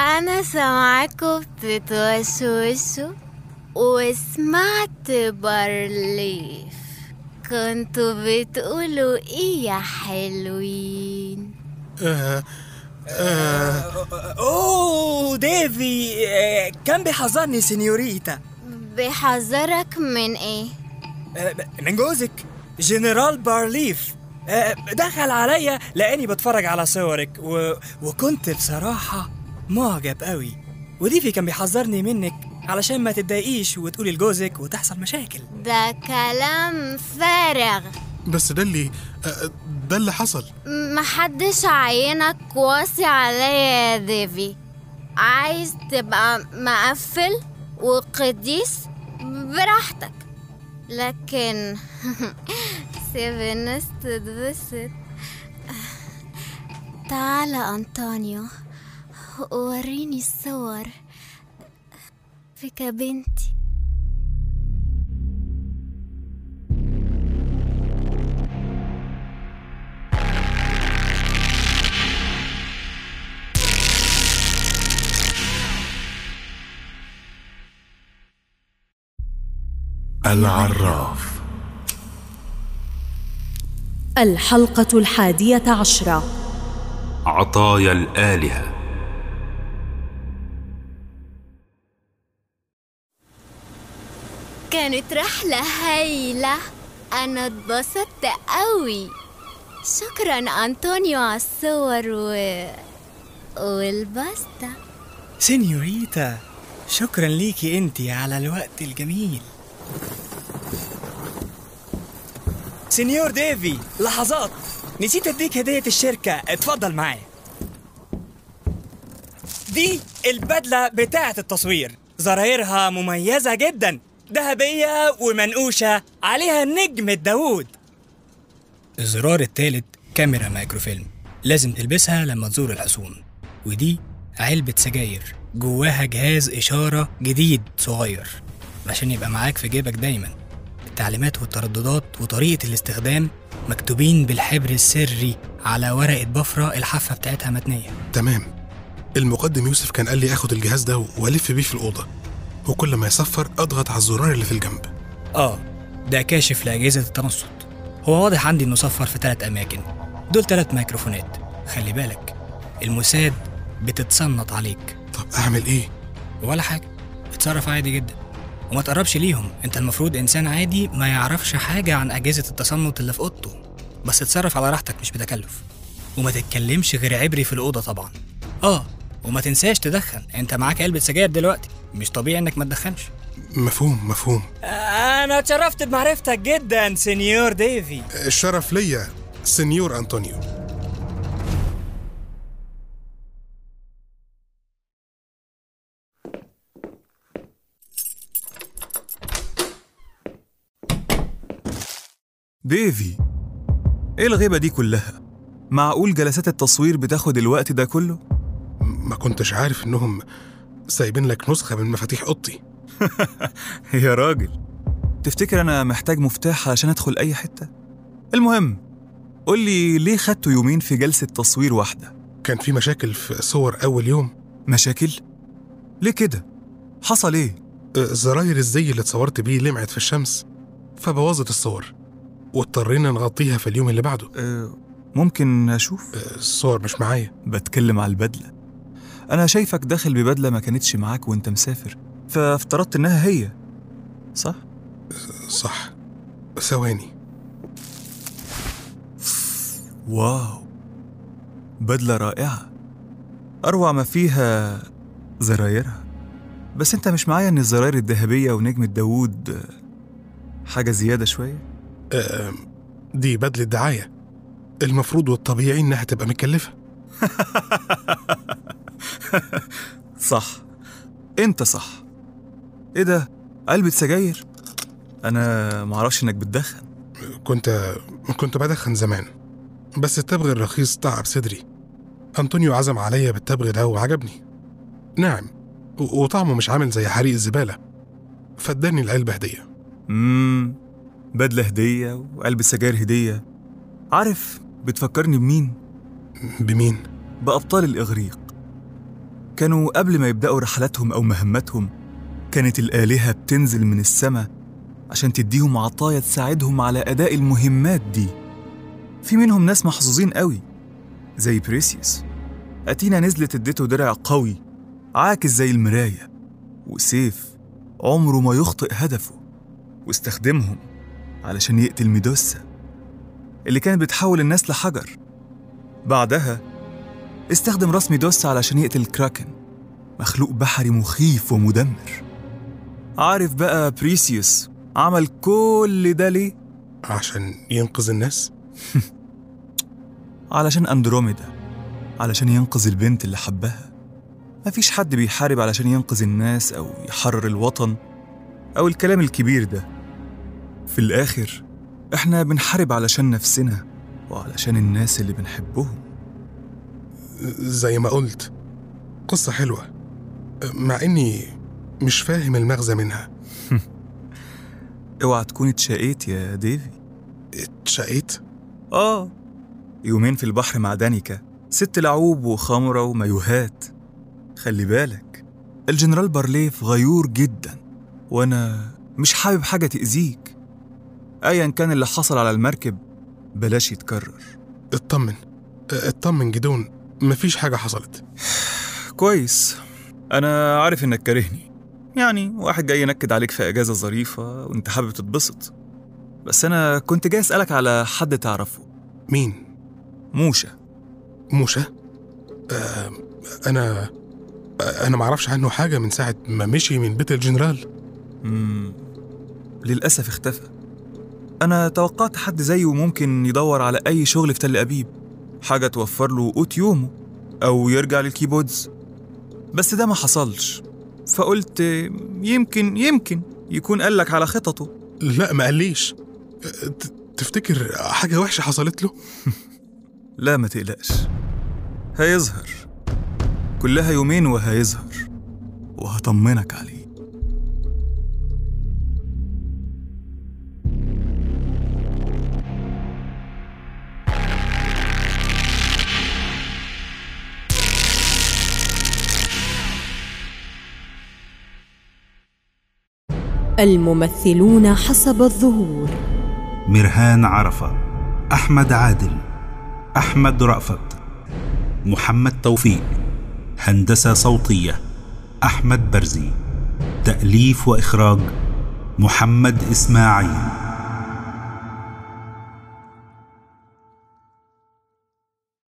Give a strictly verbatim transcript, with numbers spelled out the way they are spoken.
أنا سمعكم بتتوشوشوا وسمعت بارليف، كنتوا بتقولوا إيه يا حلوين؟ آه آه أوه ديفي، آه كان بيحذرني سينيوريتا. بيحذرك من إيه؟ آه من جوزك جنرال بارليف. آه دخل عليا لأني بتفرج على صورك و... وكنت بصراحة معجب قوي، وديفي كان بيحذرني منك علشان ما تتضايقيش وتقولي لجوزك وتحصل مشاكل. ده كلام فارغ. بس ده اللي ده اللي حصل. محدش عينك واصي عليا يا ديفي. عايز تبقى مقفل وقديس براحتك، لكن سيب الناس تتبسط. تعال أنطونيو، وريني الصور في كابينتي. العراف. الحلقة الحادية عشرة. عطايا الآلهة. كانت رحلة هايلة، أنا اتبسطت قوي. شكرا أنطونيو على الصور و... والباستا. سينيوريتا، شكرا ليكي انتي على الوقت الجميل. سينيور ديفي، لحظات، نسيت اديك هدية الشركة، اتفضل معايا. دي البدلة بتاعة التصوير، زرايرها مميزة جدا، ذهبية ومنقوشة عليها نجمة داوود. الزرار الثالث كاميرا مايكروفيلم، لازم تلبسها لما تزور الحصون. ودي علبة سجاير جواها جهاز إشارة جديد صغير عشان يبقى معاك في جيبك دايما. التعليمات والترددات وطريقة الاستخدام مكتوبين بالحبر السري على ورقة بفرة الحافة بتاعتها متنية. تمام. المقدم يوسف كان قال لي اخد الجهاز ده والف بيه في الأوضة، وكل ما يصفر اضغط على الزرار اللي في الجنب. اه ده كاشف لأجهزة التنصت. هو واضح عندي انه صفر في ثلاث اماكن. دول ثلاث ميكروفونات، خلي بالك الموساد بتتصنت عليك. طب اعمل ايه؟ ولا حاجة، اتصرف عادي جدا وما تقربش ليهم. انت المفروض انسان عادي ما يعرفش حاجة عن اجهزة التصنت اللي في اوضته، بس اتصرف على راحتك مش بتكلف. وما تتكلمش غير عبري في الأوضة طبعا. اه وما تنساش تدخن، انت معاك علبة سجاير دلوقتي، مش طبيعي انك ما تدخنش. مفهوم مفهوم. انا اتشرفت بمعرفتك جدا سينيور ديفي. الشرف ليا سينيور أنطونيو. ديفي، ايه الغيبة دي كلها؟ معقول جلسات التصوير بتاخد الوقت ده كله؟ ما كنتش عارف انهم سايبين لك نسخة من مفاتيح اوضتي. يا راجل، تفتكر انا محتاج مفتاح علشان ادخل اي حتة؟ المهم قولي ليه خدتوا يومين في جلسة تصوير واحدة؟ كان في مشاكل في صور اول يوم. مشاكل؟ ليه كده؟ حصل ايه؟ زراير الزي اللي اتصورت بيه لمعت في الشمس فبوظت الصور، واضطرينا نغطيها في اليوم اللي بعده. أه ممكن أشوف؟ أه الصور مش معايا. بتكلم على البدلة. أنا شايفك داخل ببدلة ما كانتش معاك وانت مسافر، فافترضت إنها هي، صح؟ صح. ثواني. واو، بدلة رائعة، أروع ما فيها زرايرها. بس انت مش معايا إن الزراير الذهبية ونجمة داوود حاجة زيادة شوية؟ أه دي بدلة دعاية، المفروض والطبيعي إنها تبقى مكلفة. صح، انت صح. ايه ده؟ علبة سجاير؟ انا معرفش انك بتدخن. كنت كنت بدخن زمان، بس التبغ الرخيص تعب صدري. أنطونيو عزم عليا بالتبغ ده وعجبني، ناعم وطعمه مش عامل زي حريق الزبالة، فاداني العلبة هدية. امم بدلة هدية وقلب سجاير هدية. عارف بتفكرني بمين؟ بمين؟ بأبطال الإغريق. كانوا قبل ما يبدأوا رحلاتهم أو مهمتهم كانت الآلهة بتنزل من السماء عشان تديهم عطايا تساعدهم على أداء المهمات دي. في منهم ناس محظوظين قوي زي بريسيوس. أتينا نزلت اديته درع قوي عاكس زي المراية وسيف عمره ما يخطئ هدفه، واستخدمهم علشان يقتل ميدوسا اللي كانت بتحول الناس لحجر. بعدها استخدم راس ميدوسا علشان يقتل كراكن، مخلوق بحري مخيف ومدمر. عارف بقى بريسيوس عمل كل ده ليه؟ عشان ينقذ الناس؟ علشان أندروميدا، علشان ينقذ البنت اللي حبها. مفيش حد بيحارب علشان ينقذ الناس أو يحرر الوطن أو الكلام الكبير ده. في الآخر إحنا بنحارب علشان نفسنا وعلشان الناس اللي بنحبهم. زي ما قلت، قصة حلوة مع إني مش فاهم المغزى منها. اوعى تكون اتشقيت يا ديفي. اتشقيت؟ آه، يومين في البحر مع دانيكا، ست لعوب وخمرة ومايوهات. خلي بالك الجنرال بارليف غيور جدا، وأنا مش حابب حاجة تأذيك. أيا كان اللي حصل على المركب بلاش يتكرر. اطمن اطمن جدون، مفيش حاجة حصلت. كويس، أنا عارف إنك كارهني، يعني واحد جاي ينكد عليك في أجازة ظريفة وإنت حابب تتبسط. بس أنا كنت جاي أسألك على حد تعرفه. مين؟ موشا. موشا؟ آه أنا أنا معرفش عنه حاجة من ساعة ما مشي من بيت الجنرال. مم. للأسف اختفى. أنا توقعت حد زيه ممكن يدور على أي شغل في تل أبيب، حاجة توفر له قوت يومه أو يرجع للكيبودز، بس ده ما حصلش. فقلت يمكن يمكن يكون قالك على خططه. لا ما قاليش. تفتكر حاجة وحشة حصلت له؟ لا ما تقلقش، هيظهر. كلها يومين وهيظهر وهطمنك عليه. الممثلون حسب الظهور: مرهان عرفة، أحمد عادل، أحمد رأفت، محمد توفيق. هندسة صوتية أحمد برزي. تأليف وإخراج محمد إسماعيل.